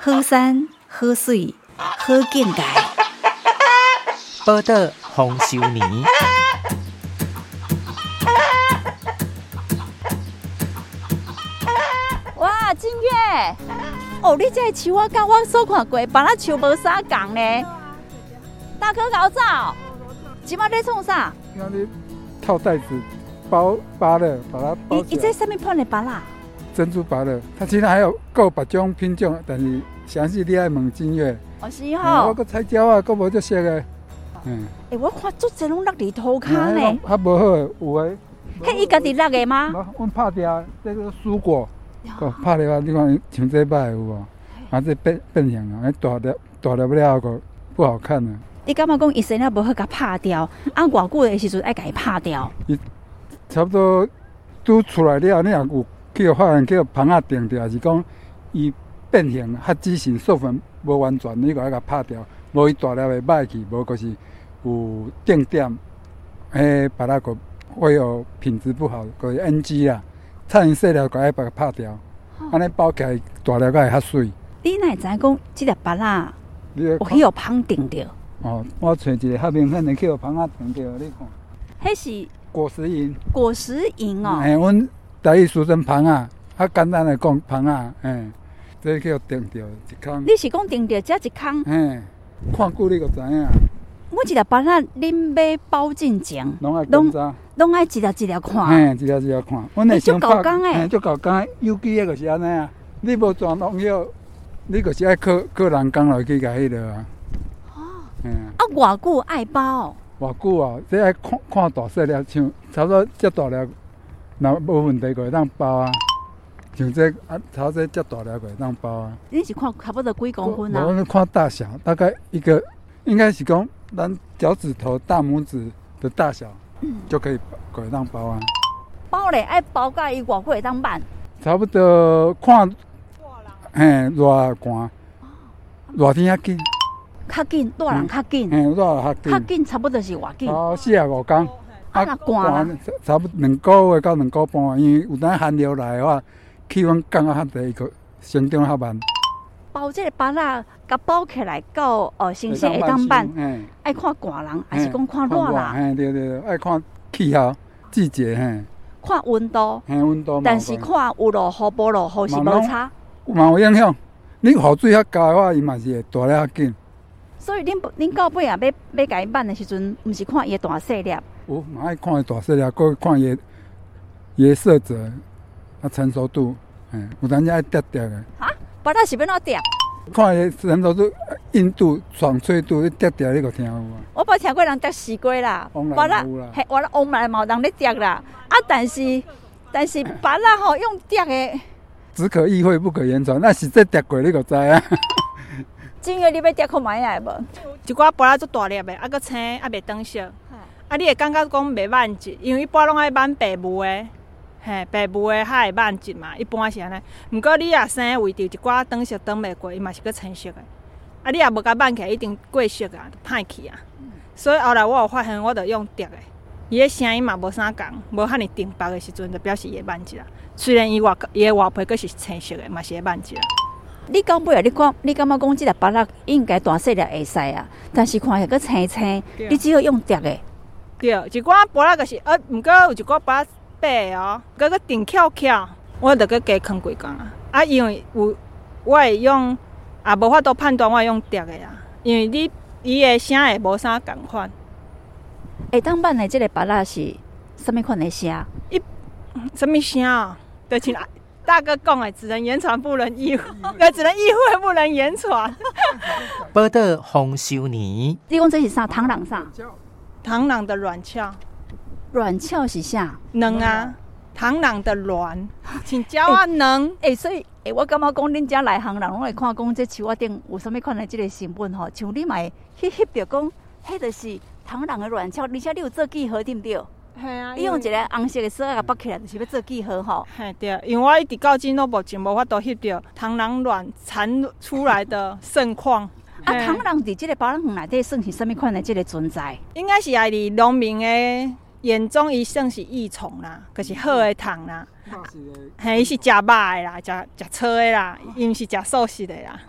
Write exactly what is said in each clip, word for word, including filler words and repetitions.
好山好水好境界。 报道丰收年。 哇，金月，哦，你这个树啊，甲我所看过别仔树无啥共呢。大哥搞走，即摆在创啥？ 那你套袋子包芭乐，把它包起来。 伊伊这什么款的芭乐？ 珍珠芭乐，它其实还有够别种品种，但是详细你爱问金月。 哦，是吼。 我个彩椒啊，够无这些个。嗯。 诶，我看足侪拢落伫涂骹呢。 较无好的有诶。 迄伊家己落的吗？ 无，阮拍掉这个蔬果，个拍掉啊！你看像这摆有无？啊，这变变形啊！大粒大粒了个不好看啊。 你感觉讲伊生了无好，甲拍掉？啊，偌久的时阵爱甲伊拍掉？ 伊差不多拄出来了，你若有去发现去棚仔定掉，还是讲伊变形发紫性授粉无完全，你个爱甲拍掉，无伊大粒会歹去，无就是有定点，诶，把那个会有品质不好，就是 N G 啦。差点细粒个爱把它拍掉，安尼包起来大粒个会较水。 你哪会知影讲即粒芭乐有去互芳定着？ 哦，我找一个较明显的去互芳仔定着，你看。 迄是果实蝇。 果实蝇哦。 嘿，阮台语俗称芳仔，较简单来讲芳仔，嘿，这去互定着一空。 你是讲定着只一空？ 嘿，看久你就知影。 每一粒芭乐恁要包进前， 拢爱检查， 拢爱一粒一粒看。 嘿，一粒一粒看。阮会先拍， 嘿，足够工，有机的就是安尼啊。你无全农药，你就是爱靠靠人工来去甲迄落啊。 哦。嗯。啊，偌久爱包？ 偌久啊？这爱看看大细粒，像差不多遮大粒，若无问题就会当包啊。像这啊，差不多遮大粒就会当包啊。 你是看差不多几公分啊？ 我看大小，大概一个，应该是讲咱脚趾头、大拇指的大小，嗯、就可以可以当包啊。 包咧爱包甲伊偌久会当办？ 差不多看，嘿，热寒，热天较紧。 较紧，热人较紧。 嘿，热较紧。 较紧差不多是偌紧？ 哦，四啊五天。 啊，若寒呢？差不多两个月到两个半，因为有当寒流来的话，气温降啊较低，个生长较慢。 包这个芭乐，甲包起来到呃成熟会当办，爱看寒人，还是讲看热人？ 嘿，对对对，爱看气候、季节，嘿。 看温度。 嘿，温度。 但是看有落雨无落雨是无差。 嘛有影响，你雨水较高的话，伊嘛是会大粒较紧。 所以恁恁到尾啊，要要甲伊办的时阵，毋是看伊大细粒。 有，嘛爱看伊大细粒，搁看伊伊色泽、啊成熟度，嘿，有当时爱叠叠的。 啊？芭乐是要怎叠？ 看伊成熟度、硬度、爽脆度，你叠叠你个听有啊？ 我无听过人叠西瓜啦， 芭乐嘿，我咧往来嘛有人咧叠啦。啊，但是但是芭乐吼用叠的， 只可意会不可言传。那实际叠过你就知啊。 金月你要叠看买来无？ 一寡芭乐足大粒的，啊个青啊袂长熟，啊你会感觉讲袂挽质，因为一般拢爱挽白木的。嘿，白木的较会挽质嘛，一般是安尼。毋过你若生为着一寡长熟长袂过，伊嘛是个青色的。啊，你若无甲挽起来，一定过熟啊，歹去啊。所以后来我有发现，我着用叠的，伊个声音嘛无啥共，无遐尼定白的时阵，就表示伊会挽质啊。虽然伊外伊个外皮佫是青色的，嘛是会挽质啊。 你到尾啊，你讲你感觉讲即个芭乐应该大细粒会使啊，但是看起佫青青，你只要用叠的。 对，一寡芭乐就是呃，毋过有一寡芭乐。白哦，佮佮定翘翘，我着佮加放几工啊！啊，因为有我会用，也无法度判断我会用叠的啦，因为你伊的声会无啥共款。 会当办的即个芭乐是什么款的声？ 一什么声啊？就像大哥讲的，只能言传不能意会，只能意会不能言传。 报道丰收年。 你讲这是啥？螳螂啥？ 螳螂的卵鞘。 卵鞘是啥？ 卵啊，螳螂的卵，请教啊卵。 诶、欸欸，所以诶、欸，我感觉讲恁遮内行人拢会看讲这树仔顶有啥物款的即个成分吼，像你嘛去翕着讲，迄就是螳螂的卵鞘，而且你有做记号对毋对？ 系啊。 你用一个红色的绳仔绑起来，就是要做记号吼。 系对，因为我一直到今都目前无法度翕着螳螂卵产出来的盛况。 啊，螳螂伫即个保养园内底算是啥物款的即个存在？ 应该是爱伫农民的眼中，伊算是益虫啦，可、就是好的虫啦。嘿，伊是食肉的啦，食食草的啦，伊毋是食素食的啦。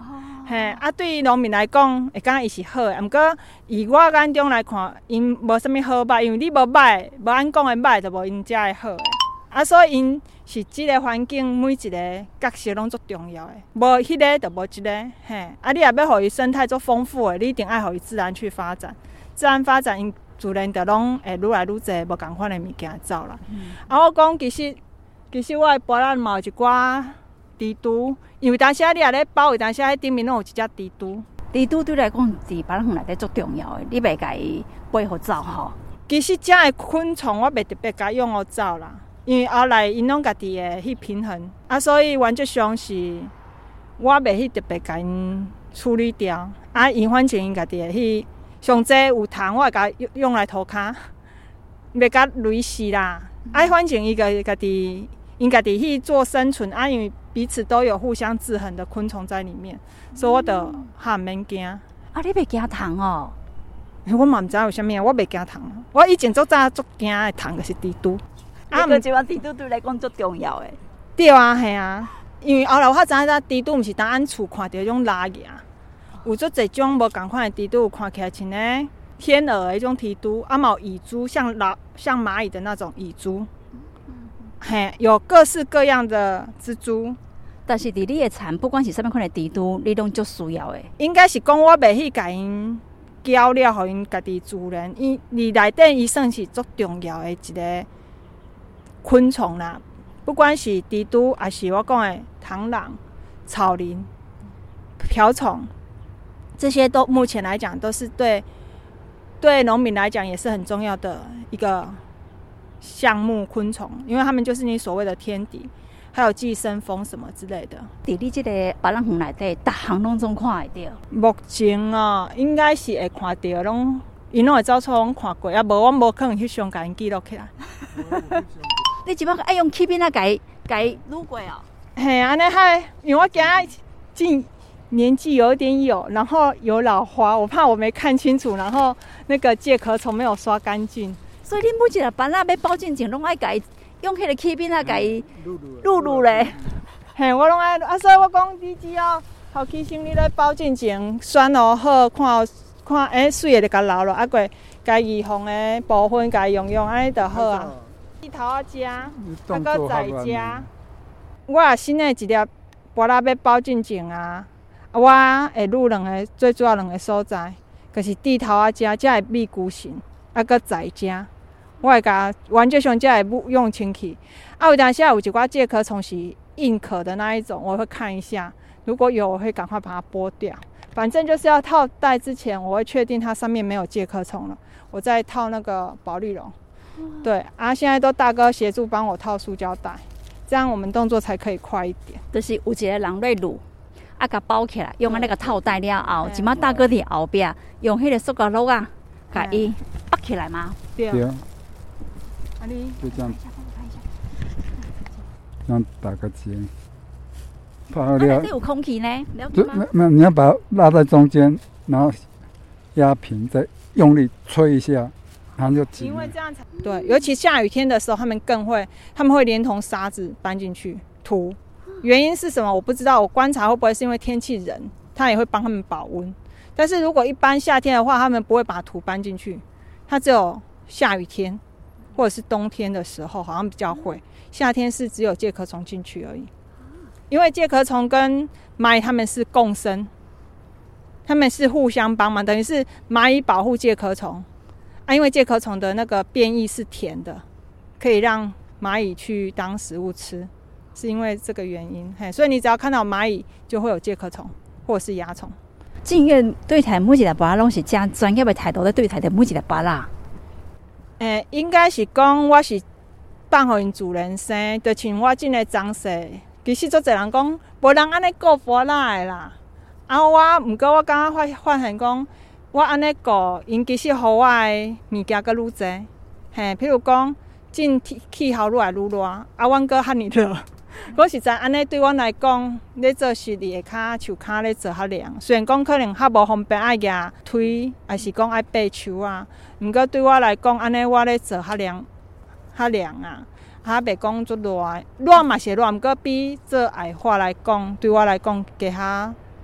嘿，啊，对于农民来讲，会感觉伊是好的。毋过，以我眼中来看，因无啥物好歹，因为你无歹，无按讲的歹，就无因遮的好的。啊，所以因是即个环境每一个角色拢足重要的，无迄个就无即个。嘿，啊，你若要互伊生态足丰富的，你一定爱互伊自然去发展。自然发展，因自然就拢会愈来愈侪无共款的物件走啦。嗯、啊，我讲其实，其实我的菠仔嘛有一寡蜘蛛，因为当时你若咧包，有当时迄顶面拢有一只蜘蛛。 蜘蛛对来讲，伫芭乐园内底足重要的，你袂甲伊背互走吼。 其实遮的昆虫我袂特别甲用互走啦，因为后来因拢家己会去平衡，啊，所以原则上是我袂去特别甲因处理掉，啊，因反正因家己会去。上济有虫，我会甲用来涂骹，袂甲累死啦。啊，反正伊个家己，因家己去做生存，啊，因为彼此都有互相制衡的昆虫在里面，所以我就较毋免惊。啊， 你袂惊虫哦？ 我嘛毋知有啥物，我袂惊虫。我以前足早足惊的虫就是蜘蛛。 啊，毋即款蜘蛛对来讲足重要的。 对啊，系啊，因为后来我才知影，蜘蛛毋是当咱厝看到迄种拉牙。有足侪种无共款的蜘蛛，看起来像咧天鹅的迄种蜘蛛，啊，嘛有蚁蛛，像老像蚂蚁的那种蚁蛛，嘿，有各式各样的蜘蛛。 但是伫你的田，不管是啥物款的蜘蛛，你拢足需要的。 应该是讲我袂去甲因交了，互因家己自然，伊里内底伊算是足重要的一个昆虫啦。不管是蜘蛛，还是我讲的螳螂、草蛉、瓢虫。这些都目前来讲都是对对农民来讲也是很重要的一个项目昆虫，因为他们就是你所谓的天敌，还有寄生蜂什么之类的。 伫你这个芭乐园内底，逐项拢总看会到。 目前啊，应该是会看到，拢因拢会走出拢看过，啊，无我无可能翕相甲因记录起来。 你即摆爱用起边啊，甲伊甲伊撸过哦？ 嘿，安尼还，因为我惊进。年纪有点有，然后有老花，我怕我没看清楚，然后那个介壳虫没有刷干净， 所以你每一个班仔要包进前，拢爱甲伊用迄个起边啊，甲伊撸撸咧。 嘿，我拢爱啊，所以我讲你只要头起先你咧包进前选哦好，看看诶水会就甲留落，啊过该预防的部分该用用，安尼就好啊。地头啊食，啊搁在食。我也新的一粒菠萝要包进前啊。我会愈两个最主要两个所在，就是地头啊食，才会密固性，啊搁在食。我会甲原则上才会用清气。啊，有当时有一寡介壳虫是硬壳的那一种，我会看一下，如果有，我会赶快把它剥掉。反正就是要套袋之前，我会确定它上面没有介壳虫了，我再套那个保丽龙。对啊，现在都大哥协助帮我套塑胶袋，这样我们动作才可以快一点。 就是有一个人在撸。啊，甲包起来，用啊那个套袋了后，即马大哥伫后壁用迄个塑胶袋啊，甲伊绑起来吗？ 对。 对。 啊你就这样，这样打个结，拍好了。 这有空气呢？ 就那那你要把它拉在中间，然后压平，再用力吹一下，然后就紧。 因为这样才对，尤其下雨天的时候，他们更会，他们会连同沙子搬进去土。原因是什么？我不知道。我观察会不会是因为天气冷，它也会帮他们保温。但是如果一般夏天的话，他们不会把土搬进去，它只有下雨天或者是冬天的时候，好像比较会。夏天是只有介壳虫进去而已，因为介壳虫跟蚂蚁它们是共生，它们是互相帮忙，等于是蚂蚁保护介壳虫啊。因为介壳虫的那个变异是甜的，可以让蚂蚁去当食物吃。是因为这个原因，嘿，所以你只要看到蚂蚁，就会有介壳虫或者是蚜虫。 正月对待每一个芭乐拢是真专业的态度在对待的每一个芭乐。 诶、欸，应该是讲我是放互因自然生，就像我这个长势。其实足侪人讲，无人安尼顾芭乐的啦。啊，我毋过我感觉发发现讲，我安尼顾，因其实予我的物件阁愈侪。嘿，譬如讲，近气候愈来愈热，啊，阮阁遐尼热。我实在安尼对阮来讲，咧做事哩会较手骹咧做较凉。虽然讲可能较无方便爱举推，还是讲爱爬树啊，毋过对我来讲，安尼我咧做较凉，较凉啊，较袂讲足热。热嘛是热，毋过比做矮化来讲，对我来讲加较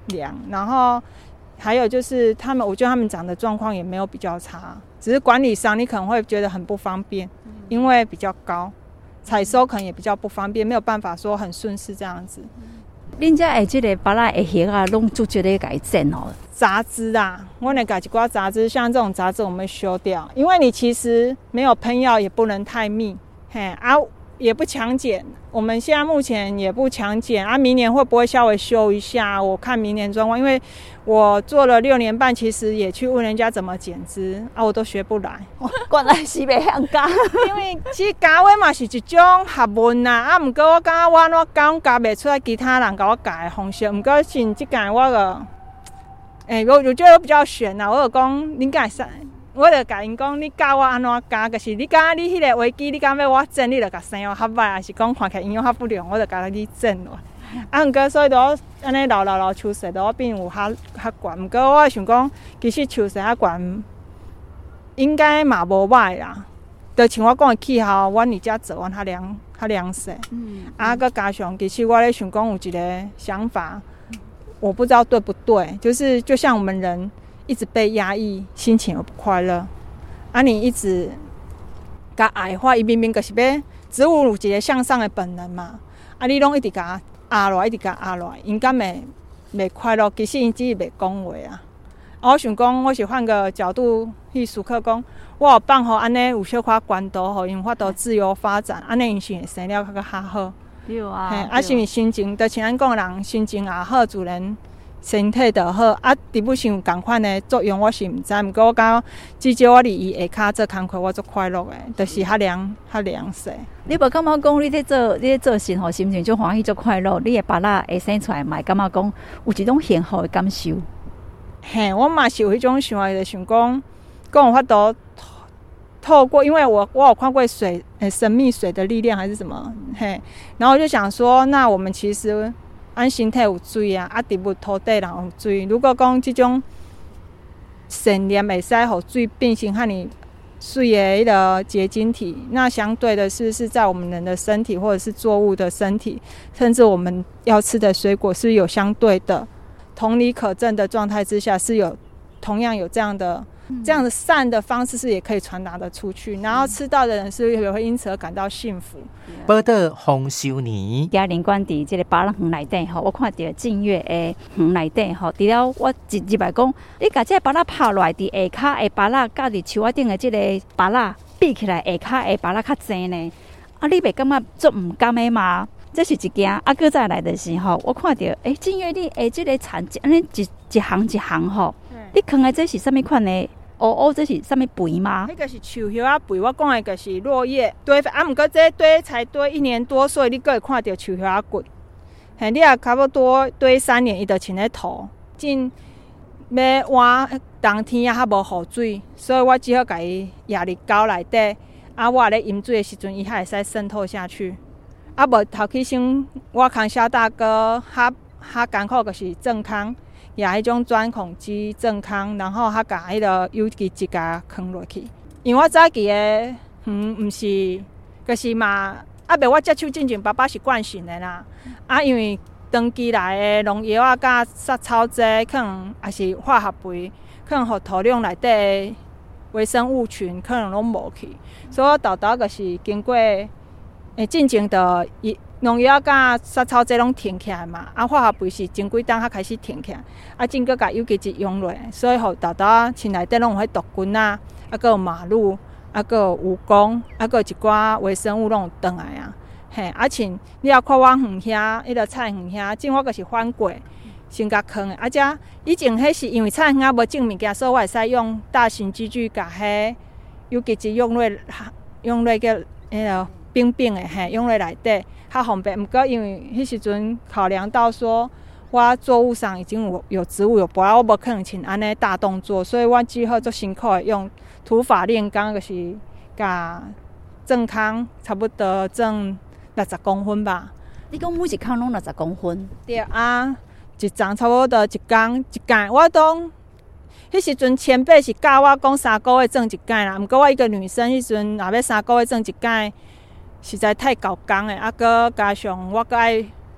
量，然后还有就是他们，我觉得他们长的状况也没有比较差，只是管理上你可能会觉得很不方便，因为比较高，采收可能也比较不方便，没有办法说很顺势这样子。 恁遮的这个芭乐的叶啊，拢就觉得改剪哦。 杂枝啊，我那改一挂杂枝，像这种杂枝我们会修掉，因为你其实没有喷药，也不能太密，嘿啊，也不强剪。我们现在目前也不强剪啊，明年会不会稍微修一下？我看明年状况，因为我做了六年半，其实也去问人家怎么剪枝啊，我都学不来。 原来是袂晓教， 因为其实教话嘛是一种学问啦，啊，毋过我感觉我我教教袂出来其他人甲我教的方式，毋过是即届我个，诶、欸，我我觉得我比较悬啦，我就讲恁敢会使。我就甲因讲，你教我安怎教，就是你讲你迄个围机，你讲要我整，你就甲生我较歹，还是讲看起来营养较不良，我就甲你整落。啊，毋过所以都安尼老老老树势都变有较较悬，毋过我想讲，其实树势较悬，应该嘛无歹啦。就像我讲的气候，阮伫遮做，阮较凉较凉适。嗯。啊，佮加上，其实我咧想讲有一个想法，我不知道对不对，就是就像我们人。一直被压抑，心情又不快乐。啊，你一直甲矮化，伊明明就是要植物有一个向上的本能嘛。啊，你拢一直甲压落，一直甲压落，因敢袂袂快乐？其实因只是袂讲话啊。啊，我想讲，我是换个角度去思考，讲我有放互安尼有小可管道，互因法度自由发展，安尼因是会生了较较好。 对啊。 嘿，啊，是毋是心情？就像咱讲人心情也好，自然。身体就好，啊，伫不想共款的作用，我是毋知。毋过我感觉，至少我伫伊下骹做工课，我足快乐的，就是较凉、较凉适。 你无感觉讲你咧做、你咧做事吼，心情足欢喜、足快乐？你的芭乐会生出来，嘛感觉讲有一种幸福的感受。 嘿，我嘛是有迄种想法，就想讲，讲有法度透过，因为我我有看过水，诶，神秘水的力量还是什么，嘿，然后我就想说，那我们其实。咱身体有水啊，啊，植物土地人有水。如果讲这种神念会使互水变成和你水的迄个结晶体，那相对的是是在我们人的身体或者是作物的身体，甚至我们要吃的水果是有相对的同理可证的状态之下，是有同样有这样的。这样的善的方式是也可以传达的出去，然后吃到的人是也会因此而感到幸福。 报道丰收年， 嘉陵馆伫这个芭乐园内底吼，我看到正月的园内底吼，除了我一入来讲，你把这芭乐拍落来，伫下骹的芭乐，甲伫树仔顶的这个芭乐比起来，下骹的芭乐较济呢。啊，你袂感觉足唔甘的嘛？这是一件，啊，搁再来的时候，我看到，诶，正月你诶，这个产安尼一一行一行吼，你看的这是什么款的？乌乌这是什么肥吗？ 迄个是树叶啊肥，我讲的就是落叶堆啊。毋过这堆才堆一年多，所以你阁会看到树叶啊骨。嘿，你也差不多堆三年，伊就穿咧土。真要换冬天啊，较无雨水，所以我只好甲伊压入沟内底。啊，我咧饮水的时阵，伊还会使渗透下去。啊，无头起先我扛小大哥，较较艰苦就是正康。也迄种钻孔机正康，然后他甲迄个有机质甲放落去。因为我早期的嗯，毋是，就是嘛，啊，袂我接触进前，爸爸是惯性的啦。啊，因为长期来的农药啊、甲杀草剂，可能也是化学肥，可能互土壤内底的微生物群可能拢无去，所以我豆豆就是经过诶进前的伊。农药甲杀草剂拢停起来嘛，啊，化学肥是前几冬才开始停起来，啊，真个甲有机质用落，所以互豆豆田内底拢有迄毒菌啊，啊，佮有马路，啊，佮有蜈蚣，啊，佮有一寡微生物拢有转来啊，嘿，啊，像你也看我园遐，迄个菜园遐，种我就是翻过，先甲坑的，啊，遮以前迄是因为菜园无种物件，所以我会使用大型机具甲迄有机质用落用落个迄个冰冰的，嘿，用落内底。较方便，毋过因为迄时阵考量到说，我作物上已经有有植物有播，我无可能像安尼大动作，所以我只好做辛苦的用土法炼钢，就是甲正康差不多种六十公分吧。 你讲每一康拢六十公分？ 对啊，一丛差不多一工一间，我当迄时阵前辈是教我讲三个月种一间啦，毋过我一个女生迄时阵若要三个月种一间。实在太搞工诶，啊，搁加上我搁爱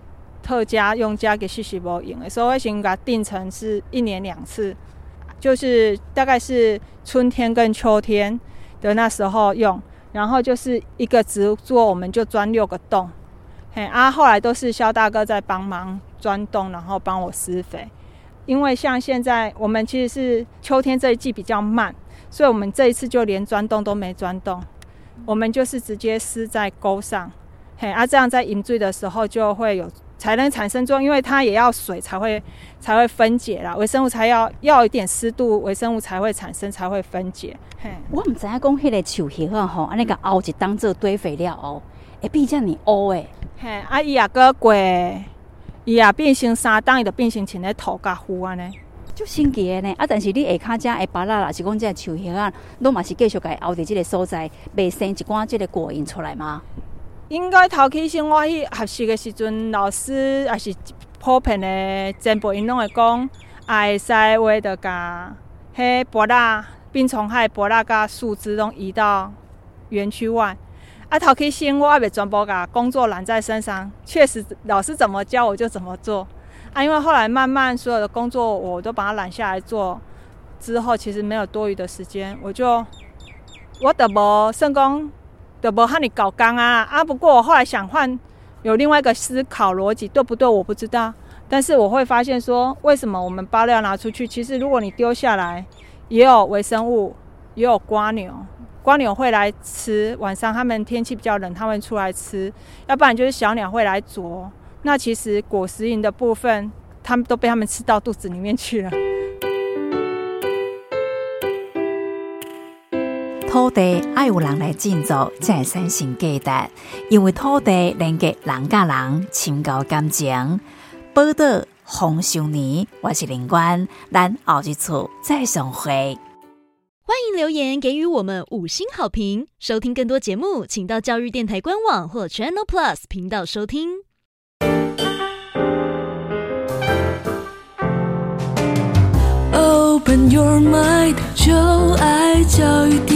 特价用价其实是无用的，所以先把它定成是一年两次，就是大概是春天跟秋天的那时候用，然后就是一个植作我们就钻六个洞，嘿啊，后来都是肖大哥在帮忙钻洞，然后帮我施肥。因为像现在我们其实是秋天这一季比较慢，所以我们这一次就连钻洞都没钻洞，我们就是直接施在沟上，嘿啊，这样在饮水的时候就会有才能产生作用，因为它也要水才会才会分解啦，微生物才要要一点湿度，微生物才会产生才会分解。嘿， 我唔知影讲迄个树叶啊吼，安尼个凹一当做堆肥料后，会变遮尔乌诶。 嘿，啊伊也过过。伊也变成三档，伊就变成像咧土甲糊安尼， 就神奇的呢。啊，但是你下骹遮的芭乐啦，是讲这树叶啊，拢嘛是继续甲伊凹伫即个所在，袂生一寡即个果蝇出来吗？ 应该头起先我去学习的时阵，老师也是普遍的前辈，因拢会讲，啊会使话就甲迄芭乐病虫害芭乐甲树枝拢移到园区外。啊，头起先我也袂全部把工作揽在身上，确实老师怎么教我就怎么做。啊，因为后来慢慢所有的工作我都把它揽下来做，之后其实没有多余的时间，我就我就无算讲，就无和你搞工啊。啊，不过我后来想换有另外一个思考逻辑，对不对？我不知道，但是我会发现说，为什么我们芭乐拿出去，其实如果你丢下来，也有微生物，也有蝸牛。蝸牛会来吃，晚上他们天气比较冷，他们出来吃，要不然就是小鸟会来啄。那其实果实蝇的部分，他们都被他们吃到肚子里面去了。 土地爱有人来建造，才会产生价值。因为土地连接人甲人深厚感情。报道丰收年，我是林冠，咱后一次再相会。 欢迎留言给予我们五星好评。收听更多节目，请到教育电台官网或 Channel Plus 频道收听。Open your mind， 就爱教育电台。